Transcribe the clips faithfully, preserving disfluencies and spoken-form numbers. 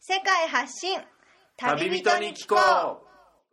世界発信旅人に聞こう。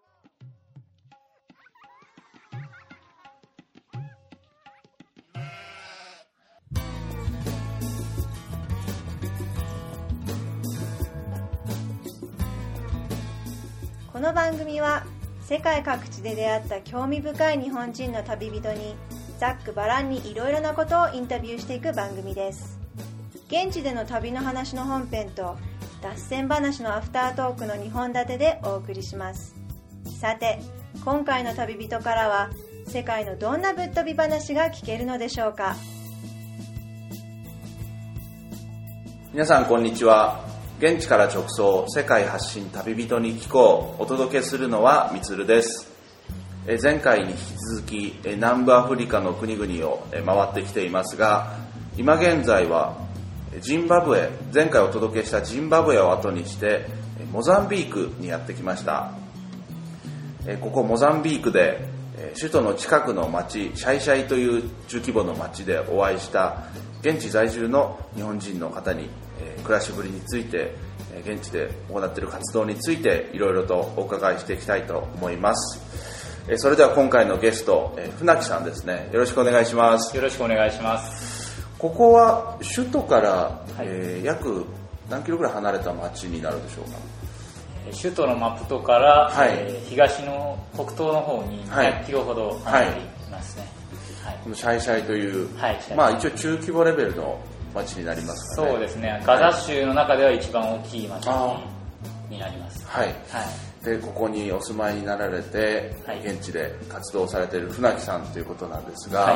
この番組は世界各地で出会った興味深い日本人の旅人にざっくばらんにいろいろなことをインタビューしていく番組です。現地での旅の話の本編と脱線話のアフタートークのにほん立てでお送りします。さて、今回の旅人からは世界のどんなぶっ飛び話が聞けるのでしょうか。 皆さんこんにちは。現地から直送世界発信旅人に聞こう。お届けするのはみつるです。え前回に引き続きえ南部アフリカの国々をえ回ってきていますが、今現在はジンバブエ、前回お届けしたジンバブエを後にしてモザンビークにやってきました。ここモザンビークで首都の近くの町シャイシャイという中規模の町でお会いした現地在住の日本人の方に暮らしぶりについて、現地で行っている活動についていろいろとお伺いしていきたいと思います。それでは今回のゲスト、船木さんですね。よろしくお願いします。 よろしくお願いします。 ここは首都から、はい、えー、約何キロぐらい離れた町になるでしょうか。 首都のマプトから、はい、えー、東の北東の方ににひゃくキロほど離れていますね。 はいはい、このシャイシャイという、はい、 シャイシャイ、 まあ、一応中規模レベルの町になりますかね。 そうですね。ガザ州の中では一番大きい町になります。 はい。はい、でここにお住まいになられて、はい、現地で活動されている船木さんということなんですが、はい、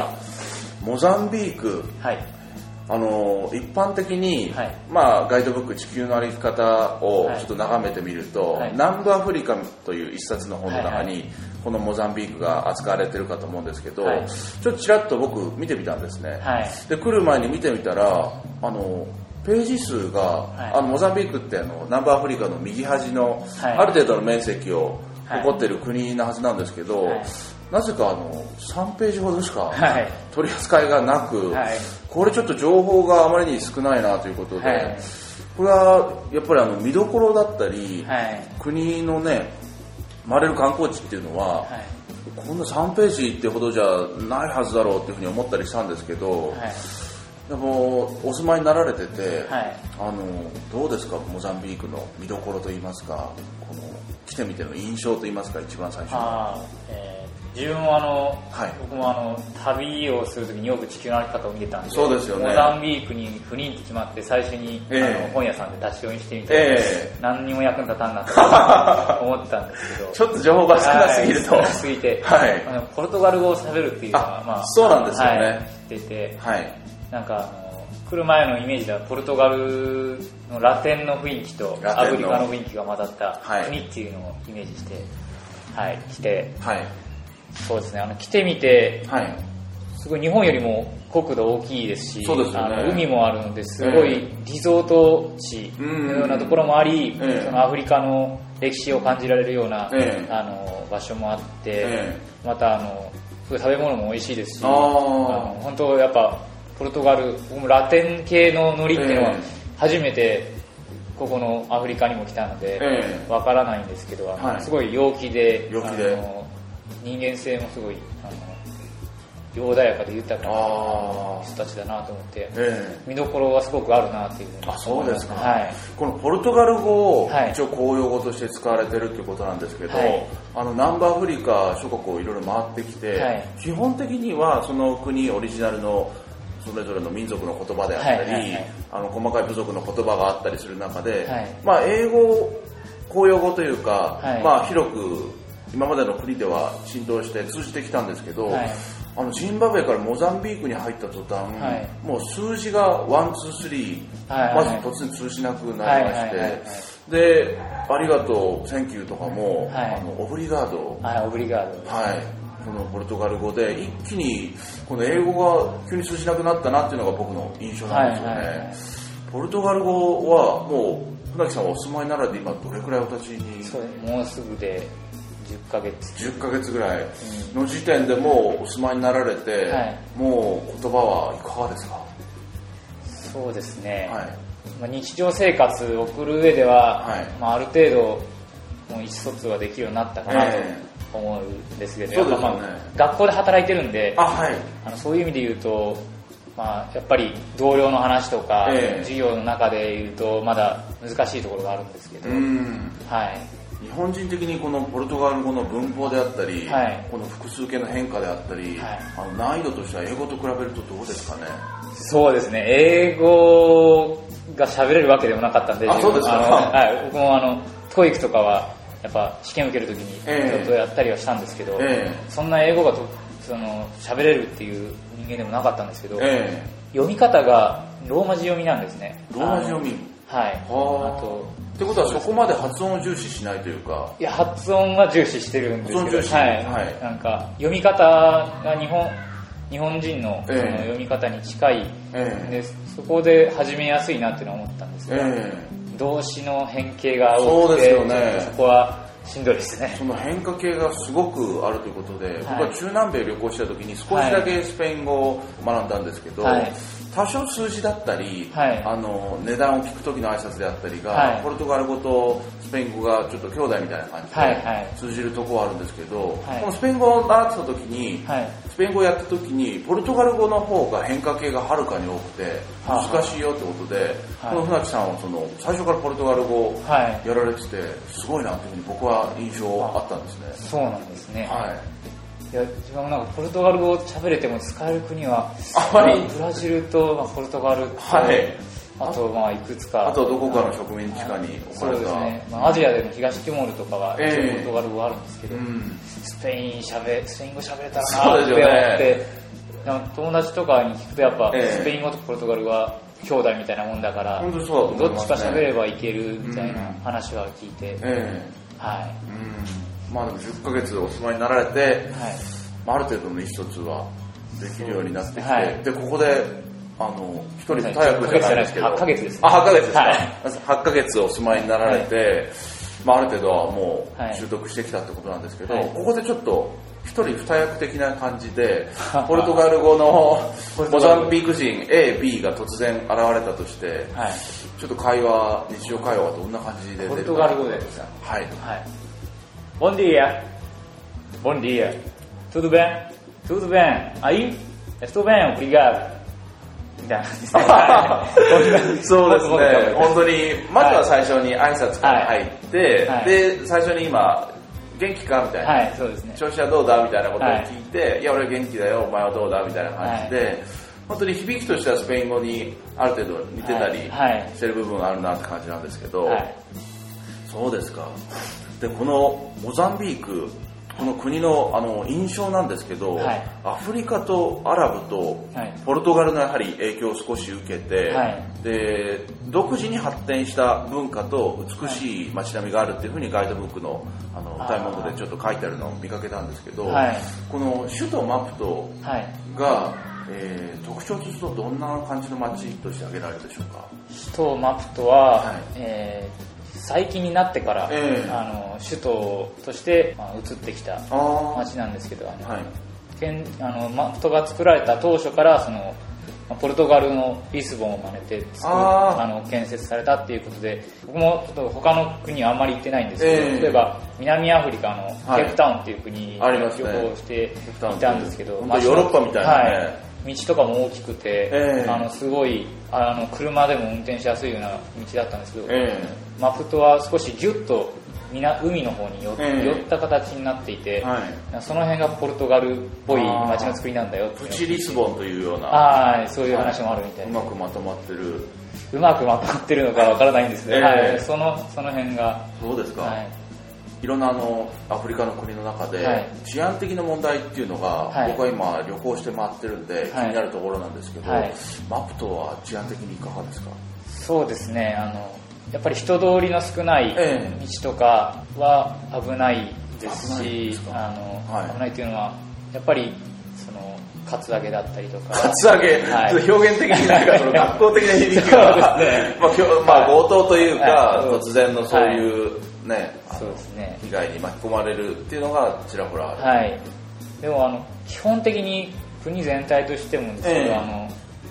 モザンビーク、はい、あの一般的に、はい、まあ、ガイドブック地球の歩き方をちょっと眺めてみると、はい、南部アフリカという一冊の本の中に、はいはい、このモザンビークが扱われているかと思うんですけど、はい、ちょっとちらっと僕見てみたんですね。はい、で来る前に見てみたらあのページ数が、はい、あのモザンビークってあの南部アフリカの右端の、はい、ある程度の面積を誇っている国なはずなんですけど、はい、なぜかあのさんページほどしか取り扱いがなく、はい、これちょっと情報があまりに少ないなということで、はい、これはやっぱりあの見どころだったり、はい、国のね回れる観光地っていうのは、はい、こんなさんページってほどじゃないはずだろうっていうふうに思ったりしたんですけど、はい、でもお住まいになられてて、はい、あのどうですか、モザンビークの見どころといいますか、この来てみての印象といいますか、一番最初の。 あ、えー、自分もあの、はい、僕もあの旅をするときによく地球の歩き方を見てたんで、 そうですよね、 モザンビークに赴任って決まって最初に、えー、あの本屋さんで立ち読みしてみて、えー、何にも役に立たんなと思ってたんですけどちょっと情報が少なすぎると、 少なすぎて、はい、あのポルトガル語を喋るっていうのは、まあ、 そうなんですよね、はい、 知ってて、はい、なんかあの来る前のイメージではポルトガルのラテンの雰囲気とアフリカの雰囲気が混ざった国っていうのをイメージして、はい、来て、はい、そうですね、あの来てみて、はい、すごい日本よりも国土大きいですし、 そうですよね、 あの海もあるのですごいリゾート地のようなところもあり、えー、そのアフリカの歴史を感じられるような、えー、あの場所もあって、えー、またあのすごい食べ物も美味しいですし、あの本当やっぱポルトガル、僕もラテン系のノリっていうのは初めてここのアフリカにも来たのでわからないんですけど、あのすごい陽気で、陽気であの人間性もすごいあの穏やかで豊かな人たちだなと思って、見どころはすごくあるなっていうふうに思います。 あ、そうですか、はい、このポルトガル語を一応公用語として使われてるっていうことなんですけど、はい、あの南部アフリカ諸国をいろいろ回ってきて、はい、基本的にはその国オリジナルのそれぞれの民族の言葉であったり、はいはいはい、あの細かい部族の言葉があったりする中で、はい、まあ、英語公用語というか、はい、まあ、広く今までの国では浸透して通じてきたんですけど、はい、あのジンバブエからモザンビークに入った途端、はい、もう数字がワンツースリー、はいはい、まず突然通じなくなりまして、はいはいはいはい、でありがとう、センキューとかも、はい、あのオブリガード、 はい、オブリガード、 はい、このポルトガル語で一気にこの英語が急に通じなくなったなっていうのが僕の印象なんですよね、はいはいはい、ポルトガル語はもう船木さんはお住まいになられて今どれくらいお立ちに？ そう、もうすぐでじゅっかげつじゅっかげつぐらいの時点でもうお住まいになられて、はい、もう言葉はいかがですか？ そうですね、はい、 まあ、日常生活を送る上では、はい、まあ、ある程度もう意思疎通はできるようになったかなと思うんですけど、えーやっぱまあ、ね、学校で働いてるんで、あ、はい、あのそういう意味で言うと、まあ、やっぱり同僚の話とか、えー、授業の中で言うとまだ難しいところがあるんですけど、はい、 日本人的にこのポルトガル語の文法であったり、はい、この複数形の変化であったり、はい、あの難易度としては英語と比べるとどうですかね。 そうですね、英語が喋れるわけでもなかったんで、 あ、そうですか。 はい、僕もあのトーイックとかはやっぱ試験受けるときにちょっとやったりはしたんですけど、えー、そんな英語がとその喋れるっていう人間でもなかったんですけど、えー、読み方がローマ字読みなんですね。 ローマ字読み。 はい。あとってことはそこまで発音を重視しないというか。 いや、発音は重視してるんですけど、 発音重視、 はい、はい、なんか読み方が日本日本人 の, その読み方に近い、えー、でそこで始めやすいなっていうのは思ったんですが、えー、動詞の変形が多くて、そうですよね、そこはしんどいですね。 その変化系がすごくあるということで、はい、僕は中南米旅行した時に少しだけスペイン語を学んだんですけど、はい、多少数字だったり、はい、あの値段を聞く時の挨拶であったりが、はい、ポルトガル語とスペイン語がちょっと兄弟みたいな感じで通じるところはあるんですけど、はい、このスペイン語を習ってた時に、はい、スペイン語をやった時にポルトガル語の方が変化系がはるかに多くて難しいよってことで、はい、この船木さんはその最初からポルトガル語をやられててすごいなというふうに僕は印象あったんですね。 そうなんですね。はい、いや自分もなんかポルトガル語を喋れても使える国はあまりブラジルと、まあ、ポルトガルと、はい、あとまあいくつか、 あとどこかの植民地下に置かれた、そうですね、まあ、アジアでも東ティモールとかは、えー、ポルトガル語があるんですけど、うん、スペインしゃべスペイン語喋れたらなって思って、ね、友達とかに聞くとやっぱ、えー、スペイン語とポルトガル語は兄弟みたいなもんだから、 本当そうだと思いますね、 どっちか喋ればいけるみたいな話は聞いて、うん、えー、はい、 うん、まあでもじゅっかげつお住まいになられて、はい、ある程度の意思疎通はできるようになってきて、はい、でここであの一人二役じゃないですけど、 はちかげつです、ね、 あはちかげつですか、はい、はちかげつお住まいになられて、はい、まあ、ある程度はもう習得してきたってことなんですけど、はい、ここでちょっと一人二役的な感じでポルトガル語のモザンビーク人 エービー が突然現れたとして、はい、ちょっと会話日常会話はどんな感じで出るか。 ポルトガル語でですか。 はい、はい、 Bom dia Bom dia Tudo bem Tudo bem Aí Estou bem Obrigadoみたいなですね。そうですね。本当にまずは最初に挨拶から入って、はい、で最初に今元気かみたいな、 はい、そうですね、 調子はどうだみたいなことを聞いて、はい、いや俺元気だよお前はどうだみたいな感じで、はい、本当に響きとしてはスペイン語にある程度似てたりしてる部分があるなって感じなんですけど、はい、そうですか。でこのモザンビークこの国 の, あの印象なんですけど、はい、アフリカとアラブとポルトガルのやはり影響を少し受けて、はい、で独自に発展した文化と美しい街並みがあるっていうふうにガイドブック の, あのタイムでちょっと書いてあるのを見かけたんですけど、はい、この首都マプトが、はい、えー、特徴とするとどんな感じの街として挙げられるでしょうか。 首都マプトは、はい、えー最近になってから、えー、あの首都として、まあ、移ってきた町なんですけど、あの、はい、あのマプトが作られた当初からそのポルトガルのリスボンを真似て作ああの建設されたっていうことで、僕もちょっと他の国はあんまり行ってないんですけど、えー、例えば南アフリカのケープタウンっていう国に旅行していたんですけど、 はい、ヨーロッパみたいな、ね、はい、 道とかも大きくて、えー、あのすごいあの車でも運転しやすいような道だったんですけど、えー、マプトは少しギュッと海の方に 寄,、えー、寄った形になっていて、はい、その辺がポルトガルっぽい街の作りなんだよってプチリスボンというような、 はい、そういう話もあるみたいな、うまくまとまってるうまくまとまってるのかわからないんですけど、えーはい、そのその辺がそうですか、はい、いろんなあのアフリカの国の中で、はい、治安的な問題っていうのが、はい、僕は今旅行して回ってるんで、はい、気になるところなんですけど、はい、マプトは治安的にいかがですか。 そうですね、あのやっぱり人通りの少ない道とかは危ないですし、ええ、あの、はい、危ないというのはやっぱりそのカツアゲだったりとか、 カツアゲ、はい、表現的になんかその学校的な響きが、ね、まあ、まあ強盗というか、はい、突然のそういう、はい、ね、 そうですね、 被害に巻き込まれるっていうのがちらほらある。 はい、でもあの基本的に国全体としてもですけど、ええ、あのす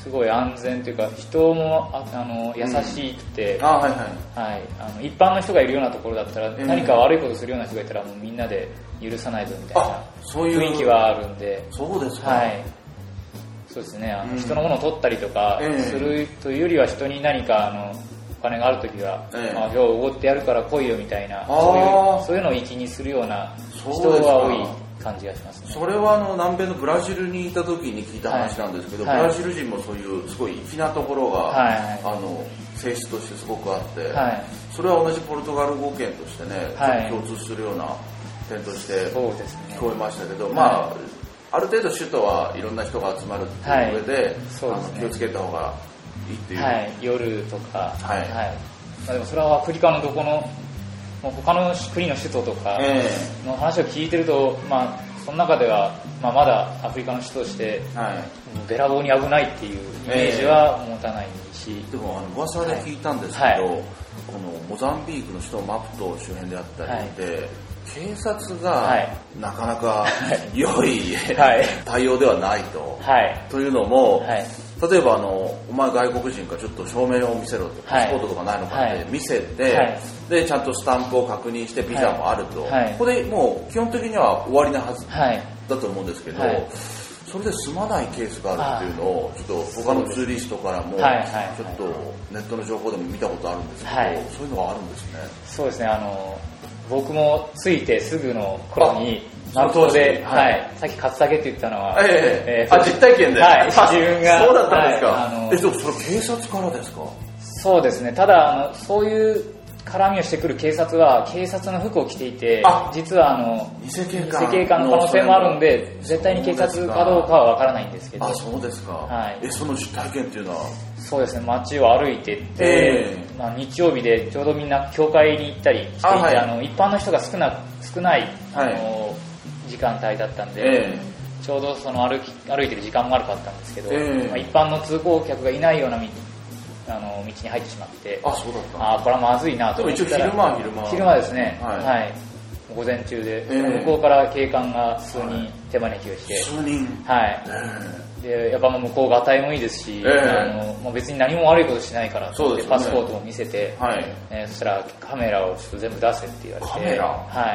すごい安全というか人もああの優しくて、うん、あはいはいはい、あの一般の人がいるようなところだったら、えー、何か悪いことするような人がいたらもうみんなで許さないぞみたいな雰囲気はあるんで。 そうですか。 はい、そうですね、あの、うん、人のものを取ったりとかするというよりは人に何かあのお金があるときは、ええ、あ、今日おごってやるから来いよみたいな、そういう、そういうのを粋にするような人が多い感じがしますね。 それはあの南米のブラジルにいた時に聞いた話なんですけど、はい、ブラジル人もそういうすごい粋なところが、はい、あの性質としてすごくあって、はい、それは同じポルトガル語圏としてね、はい、共通するような点として聞こえましたけど、ね、まあ、はい、ある程度首都はいろんな人が集まるっていう上で、はい、そうですね、あの気をつけた方がいいっていう、 はい、夜とか、はいはい、まあ、でもそれはアフリカのどこのもう他の国の首都とかの話を聞いてると、まあ、その中では、まあ、まだアフリカの首都として、はい、べらぼうに危ないっていうイメージは持たないし、 えー、でもあの噂で聞いたんですけど、はいはい、このモザンビークの首都マプト周辺であったりで、はい、警察がなかなか良い、はい、対応ではないと、はい、というのも、はい、例えばあのお前外国人かちょっと証明を見せろって、パスポートとかないのかって見せて、はい、でちゃんとスタンプを確認してビザもあると、はい、ここでもう基本的には終わりなはずだと思うんですけど、はい、それで済まないケースがあるっていうのをちょっと他のツーリストからもちょっとネットの情報でも見たことあるんですけど、はい、そういうのがあるんですね。 そうですね、あの僕も着いてすぐの頃にマプトで、はいはい、さっきカツアゲって言ったのは、 えーえー、あ、実体験で、 はい、自分がそうだったんですか、はい、あのえ、それ警察からですか？ そうですね、ただあのそういう絡みをしてくる警察は警察の服を着ていて、実はあの偽警官、 偽警官の可能性もあるんで、絶対に警察かどうかは分からないんですけど。 あ、そうですか、はい、え、その実体験っていうのは？ そうですね、街を歩いていって、えーまあ、日曜日でちょうどみんな教会に行ったりしていて、あ、はい、あの一般の人が少な少ない、あの、はい、時間帯だったんで、えー、ちょうどその歩き歩いてる時間も悪かったんですけど、えーまあ、一般の通行客がいないような道あの道に入ってしまって、 あ、そうだった。 あ、これはまずいなと思ったら、 でも一応昼間は昼間昼間ですね、はい、はい、午前中で、えー、向こうから警官が数人手招きをして、 数人、 はい、えー、でやっぱ向こうがたいもいいですし、えー、あのもう別に何も悪いことしないからって、ね、パスポートも見せて、はい、えー、そしたらカメラをちょっと全部出せって言われて、 カメラ、 はい、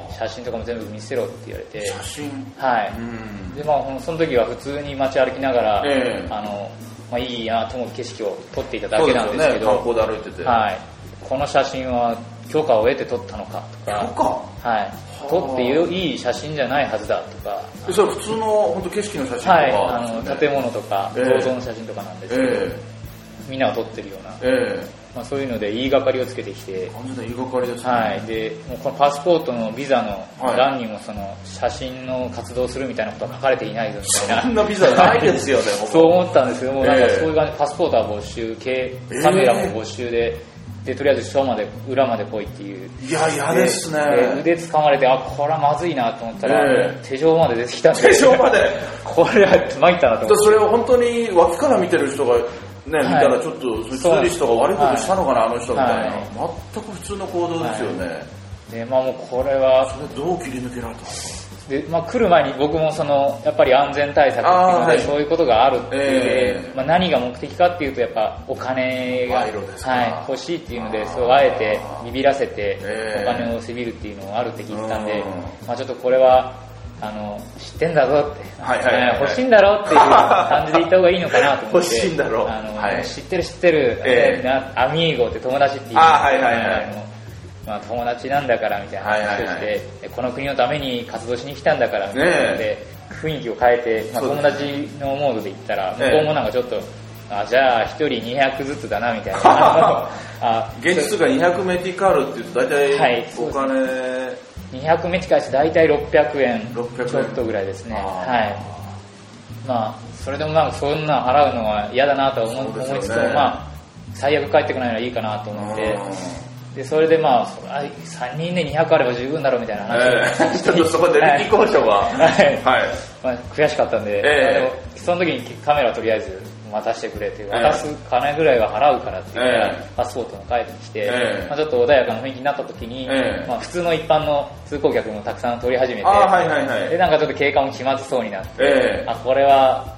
写真とかも全部見せろって言われて、 写真、 はい、うん、で、まあ、その時は普通に街歩きながら、えー、あのまあ、いいなと思う景色を撮っていただけなんですけど、 そうですよね、観光で歩いてて、 はい、この写真は許可を得て撮ったのかとか、 許可、 はい、撮っていい写真じゃないはずだとか、 それ普通の本当景色の写真とか、 はい、あの建物とか銅像の写真とかなんですけど、えー、みんなが撮ってるような、えーまあ、そういうので言いがかりをつけてきて、 完全な言いがかりですね、 はい、でもうこのパスポートのビザの欄にもその写真の活動するみたいなことは書かれていないぞみたいな、 そんなビザないですよねそう思ったんですけども、なんかそういう感じでパスポートは没収、カメラも没収で、でとりあえず署まで裏まで来いっていう、 いや嫌ですね、 腕掴まれて、あ、これはまずいなと思ったら、手錠まで出てきたんで、 手錠までこれは参ったなと思って、 それを本当に脇から見てる人がね、見たらちょっとツーリストが悪いことしたのかな、はい、あの人みたいな、はい、全く普通の行動ですよね、はい、 で、まあ、もうこれはそれどう切り抜けられたんですか？ で、まあ、来る前に僕もそのやっぱり安全対策っていうので、はい、そういうことがあるっていう、えーまあ、何が目的かっていうとやっぱお金が、はい、欲しいっていうので、そうあえてビビらせてお金をせびるっていうのがあるって聞いてたんで、まあ、ちょっとこれはあの知ってんだぞって、はいはいはいはい、欲しいんだろっていう感じで言った方がいいのかなと思って欲しいんだろ、 あの、 はい、 知ってる知ってる、えー、アミーゴって友達っていう、 あ、はいはいはい、 まあ、友達なんだからみたいな話をして、はいはいはい、この国のために活動しに来たんだからみたいなので、ね、雰囲気を変えて、まあ、友達のモードで言ったら向こうもなんかちょっと、あ、じゃあひとりにひゃくずつだなみたいなあ、現実がにひゃくメティカールっていうと大体、はい、お金にひゃくメティカールして大体ろっぴゃくえんちょっとぐらいですね、はい、まあそれでもなんかそんな払うのは嫌だなと思いつつも、まあ最悪帰ってこないのはいいかなと思って、でそれでまあさんにんでにひゃくあれば十分だろうみたいな話を、 えー、ちょっとそこで利益交渉が、はいはいまあ、悔しかったんで、えー、でもその時にカメラをとりあえず渡してくれて、渡す金ぐらいは払うからって言ったら、えー、パスポートも返ってきて、えーまあ、ちょっと穏やかな雰囲気になった時に、えーまあ、普通の一般の通行客もたくさん通り始めて、 はいはいはい、 でなんかちょっと警官も気まずそうになって、えー、あこれは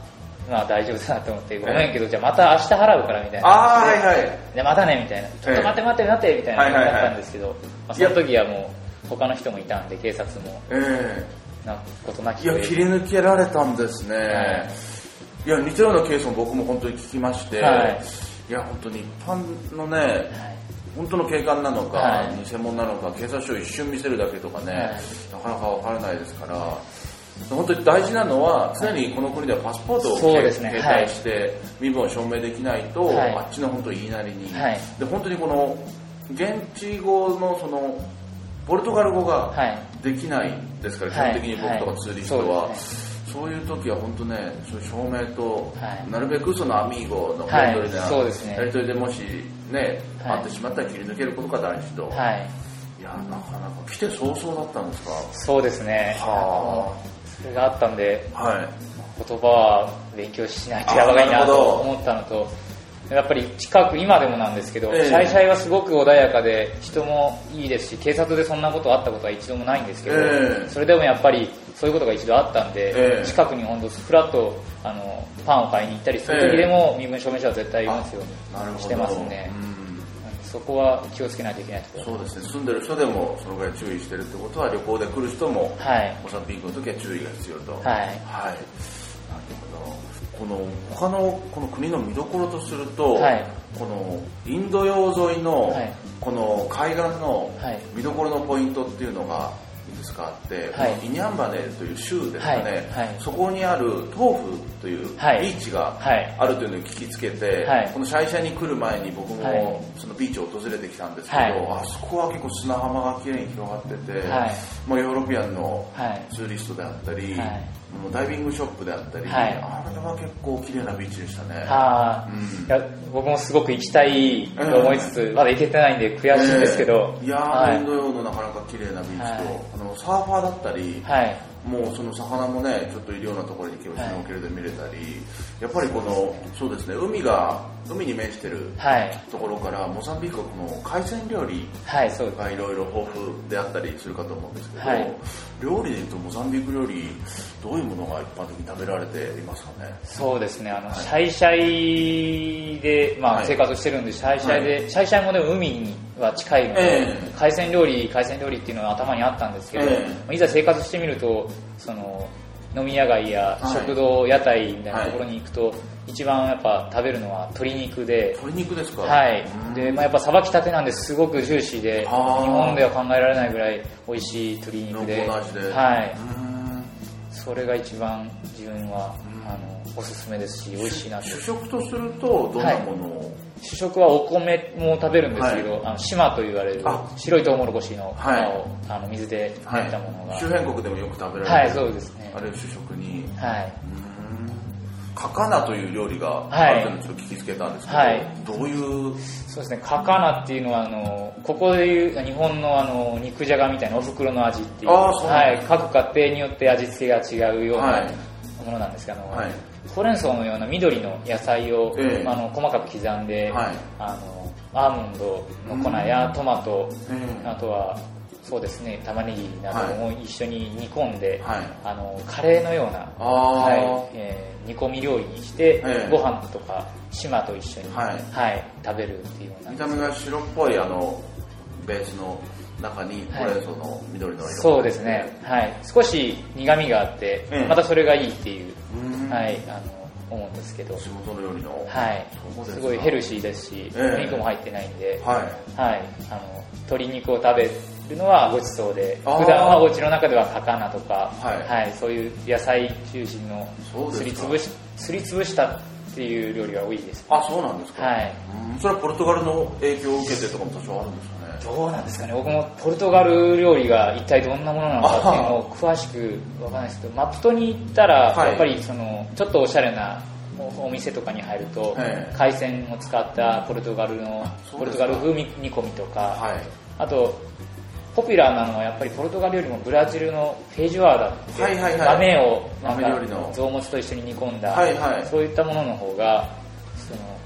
まあ大丈夫だなと思って、ごめんけど、じゃあまた明日払うからみたいな。 ああ、はいはい。 で、またね、みたいな。ちょっと待って待って待って、みたいな感じだったんですけど、まあ、その時はもう、他の人もいたんで、警察も。ええ。なことなきいや、切り抜けられたんですね。はい、いや、似たようなケースも僕も本当に聞きまして、はい、いや、本当に一般のね、はい、本当の警官なのか、はい、偽物なのか、警察署を一瞬見せるだけとかね、はい、なかなかわからないですから、本当に大事なのは、常にこの国ではパスポートを携帯して、身分を証明できないと、はい、あっちの本当言いなりに、はい、で本当にこの現地語のそのポルトガル語ができないですから、はい、基本的に僕とかツーリストは、はいはい、そう、ね、そういう時は本当ね、そういう証明と、はい、なるべくそのアミーゴのやり取りで、はいね、やり取りでもしね、はい、会ってしまったら切り抜けることが大事と、はい、いや、なかなか来て早々だったんですか？ そうですね。はあ、それがあったんで、はい、言葉は勉強しないとやばいなと思ったのと、やっぱり近く、今でもなんですけど、えー、シャイシャイはすごく穏やかで人もいいですし、警察でそんなことあったことは一度もないんですけど、えー、それでもやっぱりそういうことが一度あったんで、えー、近くに本当フラッとあのパンを買いに行ったりする時でも、身分証明書は絶対持つようにしてますね。そこは気をつけないといけないところ。 そうですね。住んでる人でもそのぐらい注意してるってことは、旅行で来る人も、はい、モザンビークの時は注意が必要と。はい。はい。なるほど。この他のこの国の見どころとすると、はい、このインド洋沿いの、はい、この海岸の見どころのポイントっていうのがいくつかあって、はい、イニャンバネという州ですかね、はいはい、そこにあるトーフというビーチがあるというのを聞きつけて、はい、このシャイシャイに来る前に僕もそのビーチを訪れてきたんですけど、はい、あそこは結構砂浜が綺麗に広がってて、はい、まあ、ヨーロピアンのツーリストであったり、はい、ダイビングショップであったり、はい、あれは結構綺麗なビーチでしたね。あ、 うん、いや僕もすごく行きたいと思いつつ、えー、まだ行けてないんで悔しいんですけど、 えー、いやー、はい、インド洋のなかなか綺麗なビーチと、はい、あのサーファーだったり、はい、もうその魚もねちょっといるようなところに今日シュノーケルで見れたり、はい、やっぱりこのそうですね、海が海に面してるところから、はい、モザンビークはこの海鮮料理がいろいろ豊富であったりするかと思うんですけど、はい、料理でいうとモザンビーク料理どういうものが一般的に食べられていますかね？ そうですね、あの、はい、シャイシャイで、まあ、生活してるんで、シャイシャイで、はい、シャイシャイもでも海には近いので、えー、海鮮料理海鮮料理っていうのは頭にあったんですけど、えー、いざ生活してみるとその飲み屋街や食堂、はい、屋台みたいなところに行くと、はい、一番やっぱ食べるのは鶏肉で。 鶏肉ですか？ はい。で、まあ、やっぱさばきたてなんですごくジューシーで、日本では考えられないぐらい美味しい鶏肉で、 濃厚な味で、 はい。それが一番自分はあのおすすめですし、美味しいなと。 主食とするとどんなものを？はい、 主食はお米も食べるんですけど、はい、あの島と言われる白いトウモロコシの皮を、はい、あの水で煮たものが、 はい、周辺国でもよく食べられる、 はい、そうですね、 あれを主食に、 はい、 カカナという料理があるというのをちょっと聞きつけたんですけど、はい、どういう？ そうですね、カカナっていうのはあのここでいう日本のあの肉じゃがみたいなお袋の味っていう、はい、各家庭によって味付けが違うようなものなんですけど、はい、ほうれん草のような緑の野菜を、えー、あの細かく刻んで、はい、あのアーモンドの粉やトマト、うん、あとはそうですね、玉ねぎなども一緒に煮込んで、はい、あのカレーのような、はいえー、煮込み料理にして、えー、ご飯とか島と一緒に、はいはい、食べるっていうような。 見た目が白っぽいあのベースの中にほうれん草の緑の色が、はい、 そうですね、はい、少し苦みがあって、えー、またそれがいいっていう、はい、あの思うんですけど、 地元の料理の、 はい、すごいヘルシーですし、えー、お肉も入ってないんで、はいはい、あの鶏肉を食べるのはごちそうで、普段はお家の中ではカカナとか、はいはい、そういう野菜中心のすりつぶし、すりつぶしたっていう料理が多いです、ね。 あ、そうなんですか。はい。うん、それはポルトガルの影響を受けてとかも多少あるんですかね。 どうなんですかね。僕もポルトガル料理が一体どんなものなのかっていうのを詳しくわからないですけど、マプトに行ったら、やっぱりそのちょっとおしゃれなお店とかに入ると、海鮮を使ったポルトガルのポルトガル風煮込みとか、はい、あとポピュラーなのはやっぱりポルトガルよりもブラジルのフェージュアーダって、はいはいはい、豆をなんか臓物と一緒に煮込んだ、はいはい、そういったものの方がその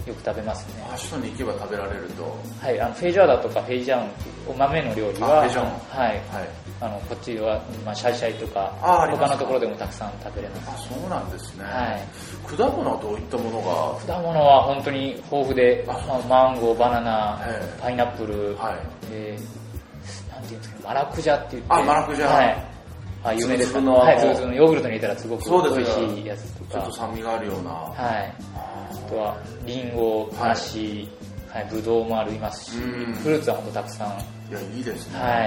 よく食べますね。 あ、首都に行けば食べられると。 はい、あのフェイジャーダとかフェイジャンお豆の料理は、 フェイジャン、 はい、はい、あのこっちは、まあ、シャイシャイとか他のところでもたくさん食べれます。 あ、そうなんですね。 はい、 果物はどういったものが？ 果物は本当に豊富で、まあ、マンゴー、バナナ、パイナップル、はい、えー、なんていうんですか、マラクジャって言って、 あ、マラクジャ、 はい、あ、有名ですかね。はい、ツルツルのヨーグルトに入れたらすごく美味しいやつとか、 ちょっと酸味があるような、 はい、あとはリンゴ、梨、はい、ブドウもありますし、フルーツは本当たくさん。 いや、いいですね。 はい。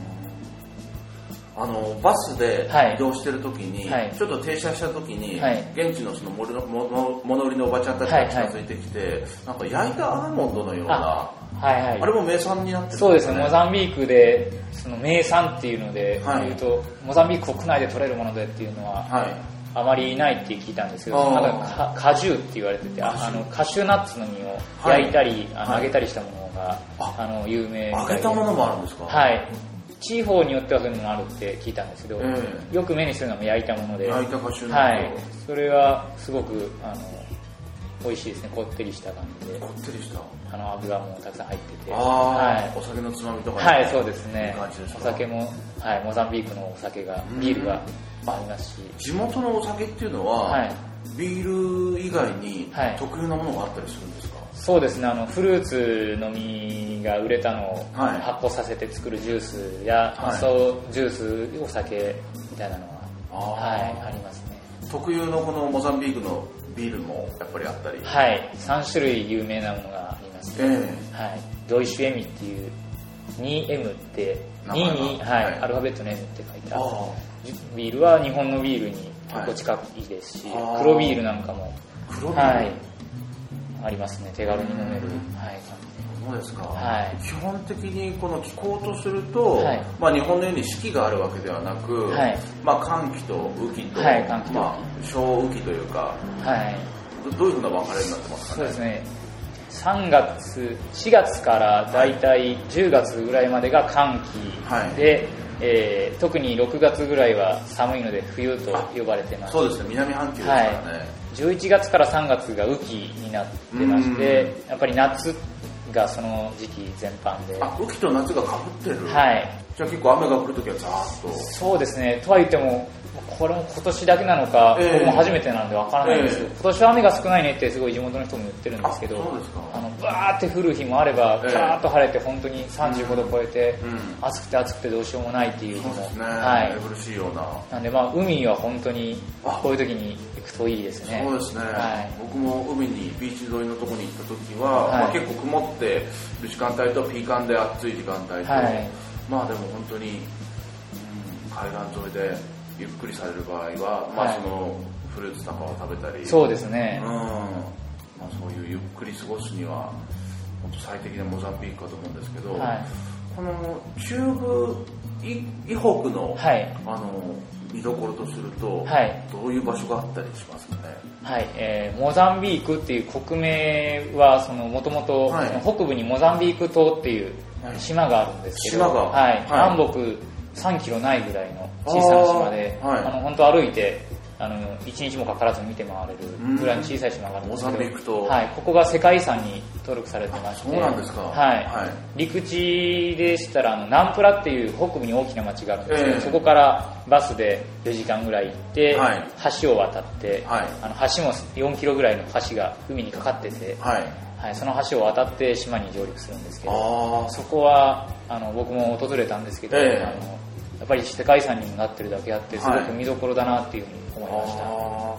あのバスで移動してる時に、はい、ちょっと停車した時に、はい、現地のその物売りのおばちゃんたちが近づいてきて、はいはい、なんか焼いたアーモンドのような、あ、はいはい、あれも名産になってるんですかね。 そうですね、モザンビークでその名産っていうので、はい、言うとモザンビーク国内で取れるものでっていうのは、はい、あまりないって聞いたんですけど、なんか果汁って言われてて、ああのカシューナッツの実を焼いたり、はい、あの揚げたりしたものが、はい、あの有名みたいで。 揚げたものもあるんですか？ はい。地方によってはそういうのがあるって聞いたんですけど、えー、よく目にするのは焼いたもので、 焼いたカシューナッツ、 はい、それはすごくあの美味しいですね。こってりした感じで、 こってりしたあの油もたくさん入ってて、 あ、はい、お酒のつまみとか、ね、 はい、そうですね。お酒も、はい、モザンビークのお酒が、ビールがありますし、 地元のお酒っていうのは、はい、ビール以外に特有なものがあったりするんですか？ そうですね、あのフルーツの実が売れたのを発酵させて作るジュースや、はい、そうジュース、お酒みたいなのは、あ、はい、ありますね。 特有のこのモザンビークのビールもやっぱりあったり、 はい、さん種類有名なものがありますね。えー、はい、ドイシュエミっていう にエム ってにに、はい、アルファベットの エム って書いてあるビールは日本のビールに結構近いですし、はい、黒ビールなんかも、 黒ビール、はい、 ありますね。手軽に飲める、はい、 そうですか、 はい、 基本的にこの気候とすると、はい、まあ、日本のように四季があるわけではなく、はい、まあ、寒気と雨季と、はい、寒気と、まあ、小雨季というか、はい、ど, どういうふうな分かれになってますかね。 そうですね、さんがつしがつからだいたいじゅうがつぐらいまでが寒気で、はい、えー、特にろくがつぐらいは寒いので冬と呼ばれてます。 そうですね、南半球ですからね、はい、 じゅういちがつからさんがつが雨季になってまして、やっぱり夏がその時期全般で、 あ、雨季と夏が被ってる、 はい、 じゃあ結構雨が降るときはザーッと。 そうですね、とは言ってもこれも今年だけなのか、えー、僕も初めてなのでわからないんですけど、えー、今年は雨が少ないねってすごい地元の人も言ってるんですけど、 そうですか、 あのバーって降る日もあれば、カラーッと晴れて本当にさんじゅうごど超えて、うん、暑くて暑くてどうしようもないっていう日も、 そうですね、 はい、 苦しいような。 なんでまあ海は本当にこういう時に行くといいですね。 そうですね、はい、僕も海にビーチ沿いのところに行った時は、はい、まあ、結構曇ってる時間帯とピーカンで暑い時間帯と、はい、まあでも本当に、うん、海岸沿いでゆっくりされる場合は、まあ、そのフルーツとかを食べたり、はい、 そうですね、 うん、まあ、そういうゆっくり過ごすには本当最適なモザンビークかと思うんですけど、はい、この中部以北の、はい、あの見どころとすると、はい、どういう場所があったりしますかね。 はい、えー、モザンビークっていう国名はもともと北部にモザンビーク島っていう島があるんですけど、 島が、 はい、はい、南北さんキロないぐらいの小さな島で、あ、はい、あの本当歩いてあのいちにちもかからず見て回れるぐらいの小さい島があるんですけど、 モザンビーク島、 はい、ここが世界遺産に登録されてまして、 そうなんですか、 はいはい、陸地でしたらあのナンプラっていう北部に大きな町があるんですけど、えー、そこからバスでよじかんぐらい行って、はい、橋を渡って、はい、あの橋もよんキロぐらいの橋が海にかかってて、はいはい、その橋を渡って島に上陸するんですけど、そこはあの僕も訪れたんですけど、えー、あのやっぱり世界遺産にもなってるだけあってすごく見どころだなっていうふうに思いました、はい、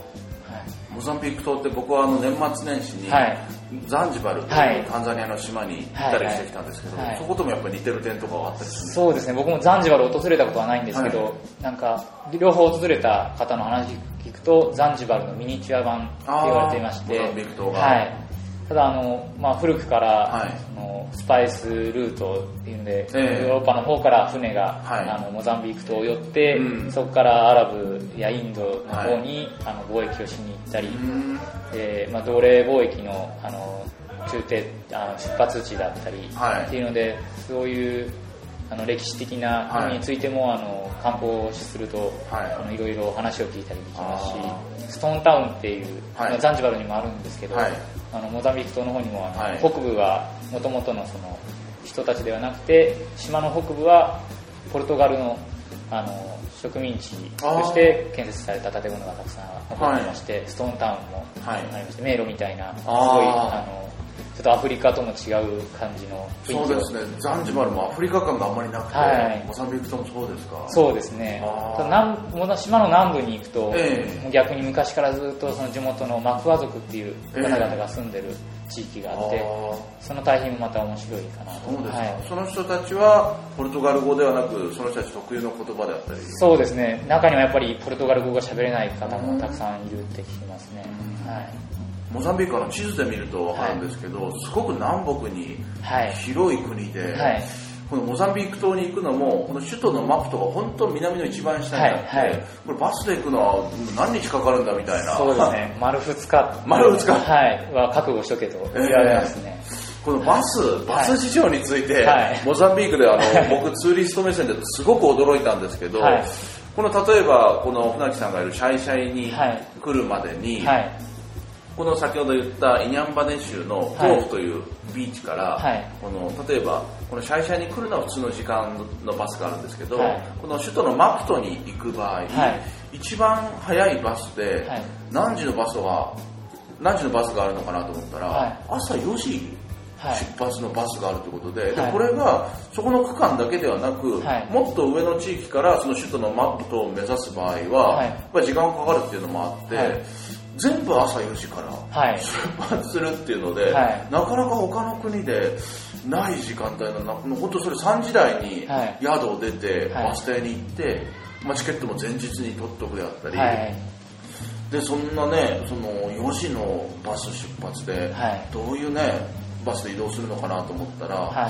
モザンビーク島って僕はあの年末年始に、はい、ザンジバルというタンザニアの島に行ったりしてきたんですけど、はいはい、そこともやっぱり似てる点とかはあったりするんですか。 そうですね、僕もザンジバル訪れたことはないんですけど、はい、なんか両方訪れた方の話聞くとザンジバルのミニチュア版って言われていまして、 モザンビーク島が、 はい、ただあの、まあ、古くから、はい、そのスパイスルートっていうので、えー、ヨーロッパの方から船が、はい、あのモザンビーク島を寄って、うん、そこからアラブやインドの方に、はい、あの貿易をしに行ったり、で、まあ、奴隷貿易の、あの中継あの出発地だったり、はい、っていうのでそういうあの歴史的な意味についても、はい、あの観光すると、はい、あのいろいろ話を聞いたりできますし、ストーンタウンっていう、はい、ザンジバルにもあるんですけど、はい、あのモザンビーク島の方にもあの、はい、北部はもともとのその人たちではなくて、島の北部はポルトガルのあの植民地として建設された建物がたくさん残ってまして、はい、ストーンタウンもありまして、迷路みたいなすごいあのちょっとアフリカとも違う感じの雰囲気。 そうですね、ザンジバルもアフリカ感があんまりなくて、はい、モザンビーク島もそうですか。 そうですね、南島の南部に行くと、えー、逆に昔からずっとその地元のマクワ族っていう方々が住んでる地域があって、えー、その対比もまた面白いかなと。 そうですか、はい、その人たちはポルトガル語ではなく、その人たち特有の言葉であったり。 そうですね、中にはやっぱりポルトガル語が喋れない方もたくさんいるって聞きますね。はい、 モザンビークの地図で見ると分かるんですけど、はい、すごく南北に広い国で、はいはい、このモザンビーク島に行くのもこの首都のマプトが本当南の一番下にあって、はいはい、これバスで行くのは何日かかるんだみたいな。 そうですね、丸ふつか丸ふつか、 はい、は覚悟しとけと言われますね。えー、 このバスバス事情について、はい、モザンビークであの僕ツーリスト目線ですごく驚いたんですけど、はい、この例えばこの船木さんがいるシャイシャイに来るまでに、はいはい、この先ほど言ったイニャンバネ州のコーフというビーチから、はい、この例えばこのシャイシャイに来るのは普通の時間のバスがあるんですけど、はい、この首都のマプトに行く場合、はい、一番早いバスで何時のバスが何時のバスがあるのかなと思ったら、はい、朝よじ出発のバスがあるということで、はい、でこれがそこの区間だけではなく、はい、もっと上の地域からその首都のマプトを目指す場合は、はい、やっぱり時間がかかるっていうのもあって、はい、全部朝よじから出発するっていうので、はい、なかなか他の国でない時間帯の本当それさんじ台に宿を出て、はい、バス停に行って、まあ、チケットも前日に取っとくであったり、はい、でそんなねそのよじのバス出発でどういうねバスで移動するのかなと思ったら、はい、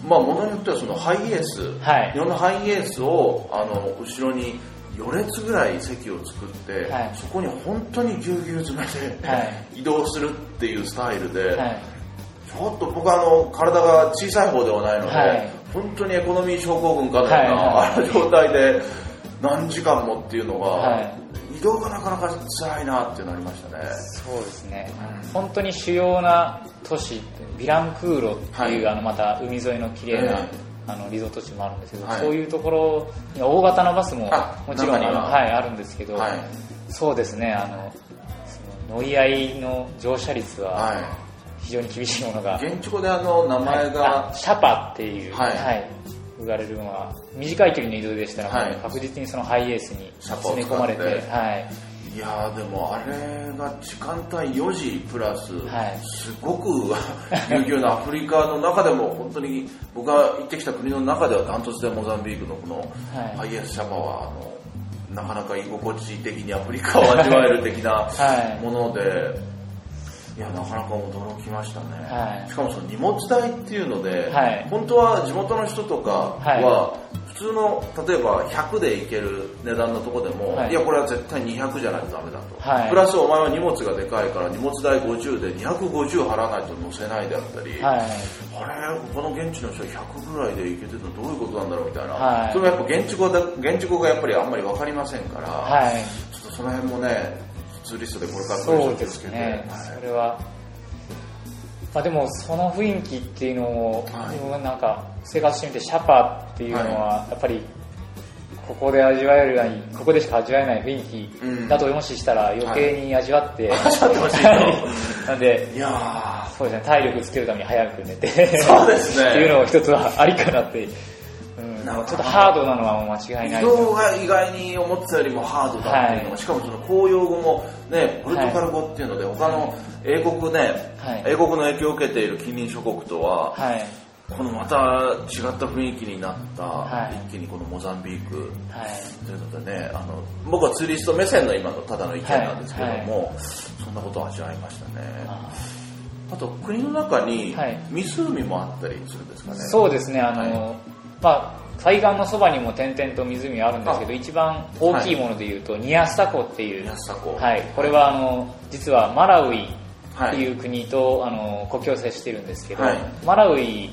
まあ物によってはそのハイエース、はい、日本のハイエースをあの後ろによ列ぐらい席を作って、はい、そこに本当にぎゅうぎゅう詰めて、はい、移動するっていうスタイルで、はい、ちょっと僕はあの体が小さい方ではないので、はい、本当にエコノミー症候群かのような、はい、あの状態で何時間もっていうのが、はい、移動がなかなか辛いなってなりましたね。 そうですね、うん、本当に主要な都市ビランクーロっていう、はい、あのまた海沿いの綺麗な、えーあのリゾート地もあるんですけど、はい、そういうところに大型のバスももちろんある、はい、あるんですけど、はい、そうですね、あのその乗り合いの乗車率は非常に厳しいものが、 はい、現地語であの名前が、 はい、シャパっていう、はいはい、言われるのは短い距離の移動でしたら、はい、確実にそのハイエースに詰め込まれて、はいいやでもあれが時間帯よじプラス、はい、すごくぎゅうぎゅうなアフリカの中でも本当に僕が行ってきた国の中ではダントツでモザンビークのこのハイエースシャパはあのなかなか居心地的にアフリカを味わえる的なもので、はい、いやなかなか驚きましたね、はい、しかもその荷物代っていうので、はい、本当は地元の人とかは、はい普通の例えばひゃくで行ける値段のとこでも、はい、いやこれは絶対にひゃくじゃないとダメだと、はい、プラスお前は荷物がでかいから荷物代ごじゅうでにひゃくごじゅう払わないと乗せないであったり、はい、あれこの現地の人はひゃくぐらいで行けてるのどういうことなんだろうみたいな、はい、それはやっぱ現地語で現地語がやっぱりあんまり分かりませんから、はい、ちょっとその辺もねツーリストでこれからこれちょっとつけて、ねはい、 それはまあ、でもその雰囲気っていうのを、はい、なんか生活してみてシャパっていうのはやっぱりここで味わえるないここでしか味わえない雰囲気だともししたら余計に味わって、はい、味わってほしいとなんでいやそうですね体力つけるために早く寝てそうですねっていうのも一つはありかなって、うん、ちょっとハードなのは間違いない。 移動が意外に思ってたよりもハードだっていうのも、はい、しかもその公用語もねポルトガル語っていうので、はい、他の英国ね、はい、英国の影響を受けている近隣諸国とは、はい、このまた違った雰囲気になった、はい、一気にこのモザンビーク、はい、というのでねあの僕はツーリスト目線の今のただの意見なんですけども、はいはい、そんなことを味わいましたね。あ, あと国の中に湖もあったりするんですかね。 そうですねあの、はいまあ、海岸のそばにも点々と湖あるんですけど一番大きいものでいうと、はい、ニアスタ湖っていう、はい、これはあの実はマラウイっていう国と、はい、あの国境を接してるんですけど、はい、マラウイ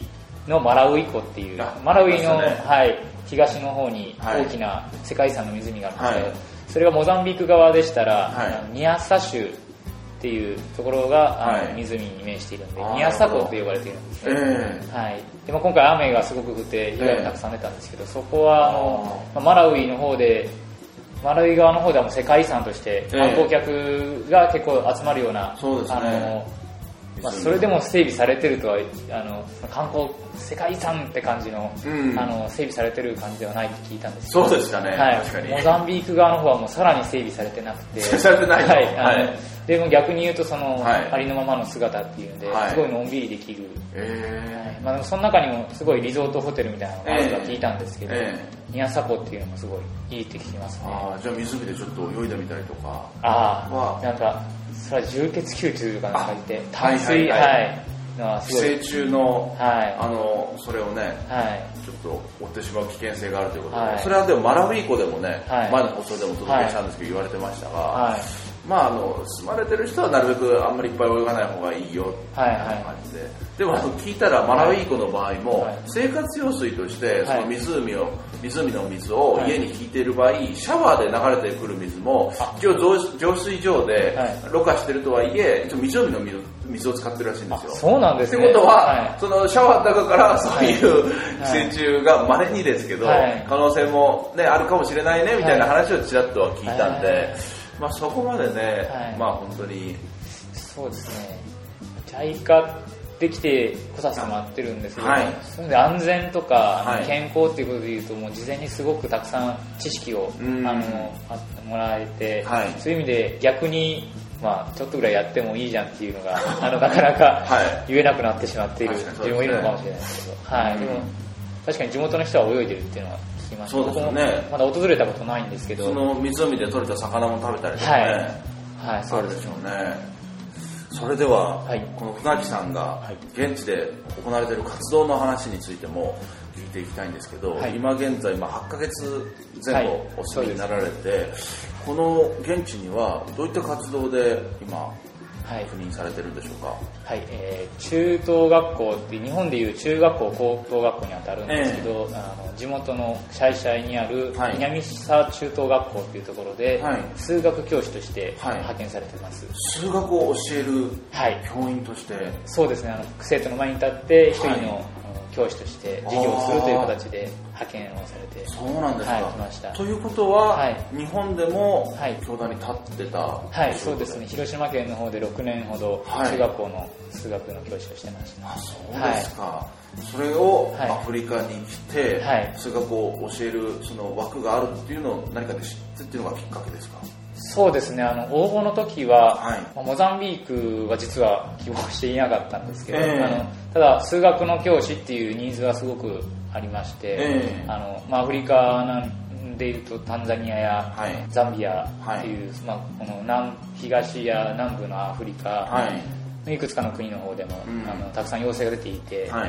のマラウイ湖っていう、マラウイの、ね、はい、東の方に大きな世界遺産の湖があるんですけど、はい、それがモザンビーク側でしたら、はい、ニアサ州っていうところが、はい、湖に面しているので、ニアサ湖と呼ばれているんですね、えーはい、でも今回雨がすごく降って被害がたくさん出たんですけど、そこはあの、まあ、マラウイの方でマラウイ側の方ではもう世界遺産として観光客が結構集まるような、 そうですね、あのまあ、それでも整備されてるとはあの観光世界遺産って感じの、うん、あの整備されてる感じではないって聞いたんですけど、 そうですかね、 はい、 確かにモザンビーク側の方はもうさらに整備されてなくてされてないの、 はい、 はい、 でも逆に言うとその、はい、ありのままの姿っていうので、はい、すごいのんびりできる、 えーはい、まあ、でもその中にもすごいリゾートホテルみたいなのがあるとは聞いたんですけど、えー、ニアサ湖っていうのもすごいいいって聞きますね。 あ、じゃあ湖でちょっと泳いでみたりとか、 ああ、なんかそれは重血球というかなんか言って淡水、はい、はい、 寄生虫の、 はい、 あのそれをね、 はい、 ちょっと追ってしまう危険性があるということで、 はい、 それはでもマラウィ湖でもね、はい、前の放送でもお届けしたんですけど、はい、言われてましたが、はい、まあ、あの住まれてる人はなるべくあんまりいっぱい泳がない方がいいよっていう感じで、はいはい、でも聞いたらマラウィ湖の場合も、はい、生活用水としてその湖を、湖の水を家に引いている場合、シャワーで流れてくる水も一応浄水場でろ過してるとはいえ、一応湖の水水を使ってるらしいんですよ。 そうなんですね。 ってことは、はい、そのシャワーの中からそういう寄生虫が稀にですけど、はい、可能性も、ね、あるかもしれないねみたいな話をちらっとは聞いたんで、はい、まあ、そこまでね、はい、まあ本当にそうですね、ジャイカできてこさせてもらってるんですけど、はい、それで安全とか、はい、健康っていうことでいうともう事前にすごくたくさん知識を、うん、あのもらえて、はい、そういう意味で逆にまあ、ちょっとぐらいやってもいいじゃんっていうのがあのなかなか言えなくなってしまっている自分もいるのかもしれないですけど、はい、でも確かに地元の人は泳いでるっていうのは聞きました。 そうですよね。 まだ訪れたことないんですけど、 その湖で取れた魚も食べたりとかね、 はいはい、そうですよね。それでは、はい、この船木さんが現地で行われている活動の話についても聞いていきたいんですけど、はい、今現在、まあ、はちかげつぜん後お住みになられて、はい、この現地にはどういった活動で今赴任されてるんでしょうか。 はい、えー、中等学校って日本でいう中学校高等学校にあたるんですけど、えー、あの地元のシャイシャイにある南沢中等学校っていうところで、はい、数学教師として派遣されています、はい、 数学を教える教員として、はい、 そうですね、あの生徒の前に立って一人の、はい、教師として授業をするという形で派遣をされて、 そうなんですか、 はい、来ました。 ということは、はい、日本でも教壇に立ってた、 はい、そうですね、広島県の方でろくねんほど中学校の数学の教師をしてました。 あ、そうですか、はい、それをアフリカに来て、はい、数学を教えるその枠があるっていうのを何かで知ってっていうのがきっかけですか。 そうですね、あの応募の時は、はい、モザンビークは実は希望していなかったんですけど、えー、あのただ数学の教師っていうニーズはすごくありまして、えーあのまあ、アフリカなんでいうとタンザニアやザンビアっていう、はい、まあ、この南東や南部のアフリカ、はいいくつかの国の方でも、うん、あのたくさん要請が出ていて、はい、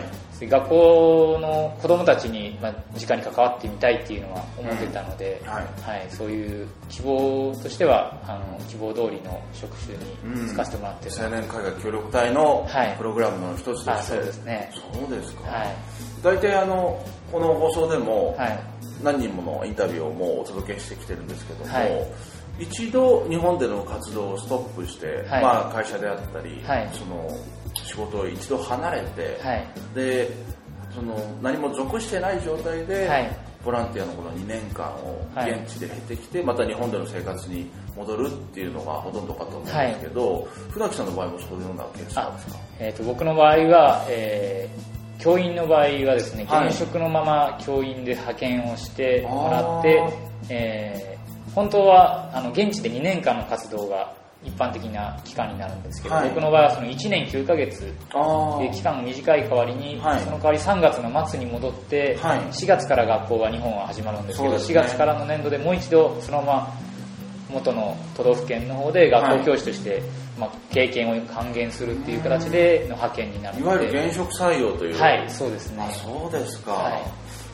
学校の子どもたちに、まあ、直に関わってみたいっていうのは思ってたので、うん、はいはい、そういう希望としてはあの希望通りの職種に就かせてもらっている、 うん、青年海外協力隊のプログラムの一つとして、はい、 そうですね。 そうですか、はい、大体あのこの放送でも何人ものインタビューをもうお届けしてきてるんですけども、はい、一度日本での活動をストップして、はい、まあ、会社であったり、はい、その仕事を一度離れて、はい、でその何も属してない状態で、はい、ボランティアのこのにねんかんを現地で経てきて、はい、また日本での生活に戻るっていうのがほとんどかと思うんですけど、はい、船木さんの場合もそういうようなケースなんですか。 えー、と僕の場合は、えー、教員の場合はですね、現職のまま教員で派遣をしてもらって、はい、えー本当はあの現地でにねんかんの活動が一般的な期間になるんですけど、はい、僕の場合はそのいちねんきゅうかげつで期間が短い代わりに、はい、その代わりさんがつの末に戻って、はい、しがつから学校が日本は始まるんですけど、ね、しがつからの年度でもう一度そのまま元の都道府県の方で学校教師として、はい、まあ、経験を還元するっていう形での派遣になるので、 いわゆる現職採用という。 はい、そうですね。 あ、そうですか、はい、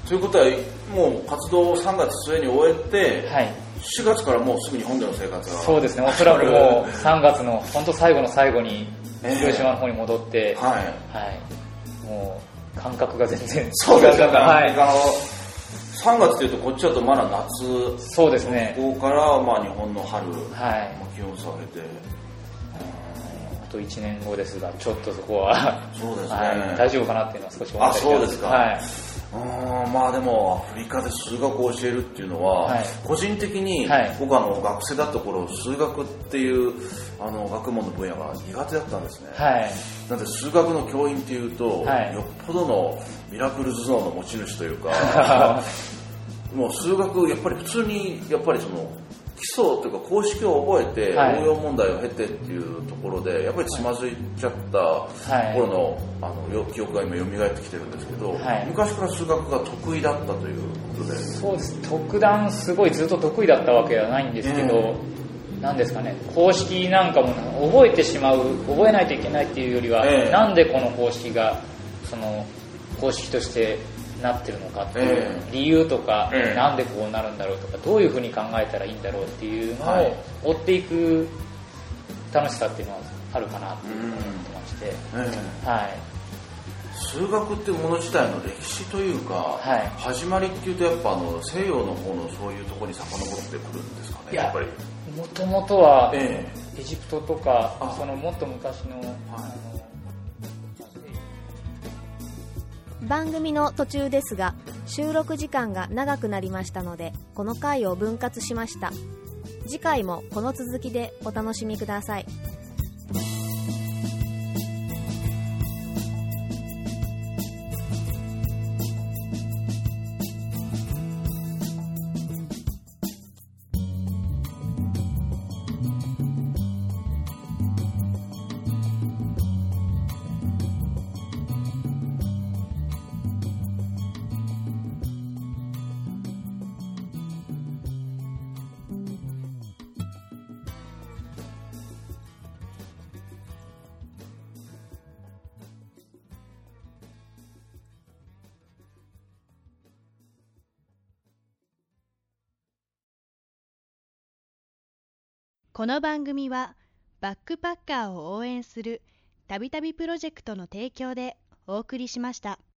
ということはもう活動をさんがつ末に終えて、はい、しがつからもうすぐ日本での生活が。 そうですね、おそらくもうさんがつの本当最後の最後に広島の方に戻って、 えー、はい、はい、 もう感覚が全然違う。 そうですよね、はい、あのさんがつというとこっちだとまだ夏、 そうですね、 ここからまあ日本の春、 はい、 気温差を経て、 あといちねんごですが、ちょっとそこはそうですね、 はい、大丈夫かなっていうのは少し思ったりします。 あ、そうですか、 はい、 うん、まあでもアフリカで数学を教えるっていうのは、はい、個人的に、はい、僕あの学生だった頃数学っていうあの学問の分野が苦手だったんですね、はい、なので数学の教員っていうと、はい、よっぽどのミラクル頭脳の持ち主というかもう数学やっぱり普通にやっぱりその基礎というか公式を覚えて、はい、応用問題を経てっていうところでやっぱりつまずいちゃった頃の、はい、あの記憶が今蘇ってきてるんですけど、はい、昔から数学が得意だったということで。そうです、 特段すごいずっと得意だったわけではないんですけど、えー、なんですかね、公式なんかも覚えてしまう、覚えないといけないっていうよりは、えー、なんでこの公式がその公式としてなってるのかっていう理由とか、えー、なんでこうなるんだろうとか、どういうふうに考えたらいいんだろうっていうのを追っていく楽しさっていうのはあるかなと思ってまして、えーはい、 数学っていうもの自体の歴史というか、はい、始まりっていうとやっぱあの西洋の方のそういうところに遡ってくるんですかね。やっぱりもともとはエジプトとか、えー、そのもっと昔の、はい、あの番組の途中ですが、収録時間が長くなりましたので、この回を分割しました。次回もこの続きでお楽しみください。 この番組はバックパッカーを応援するたびたびプロジェクトの提供でお送りしました。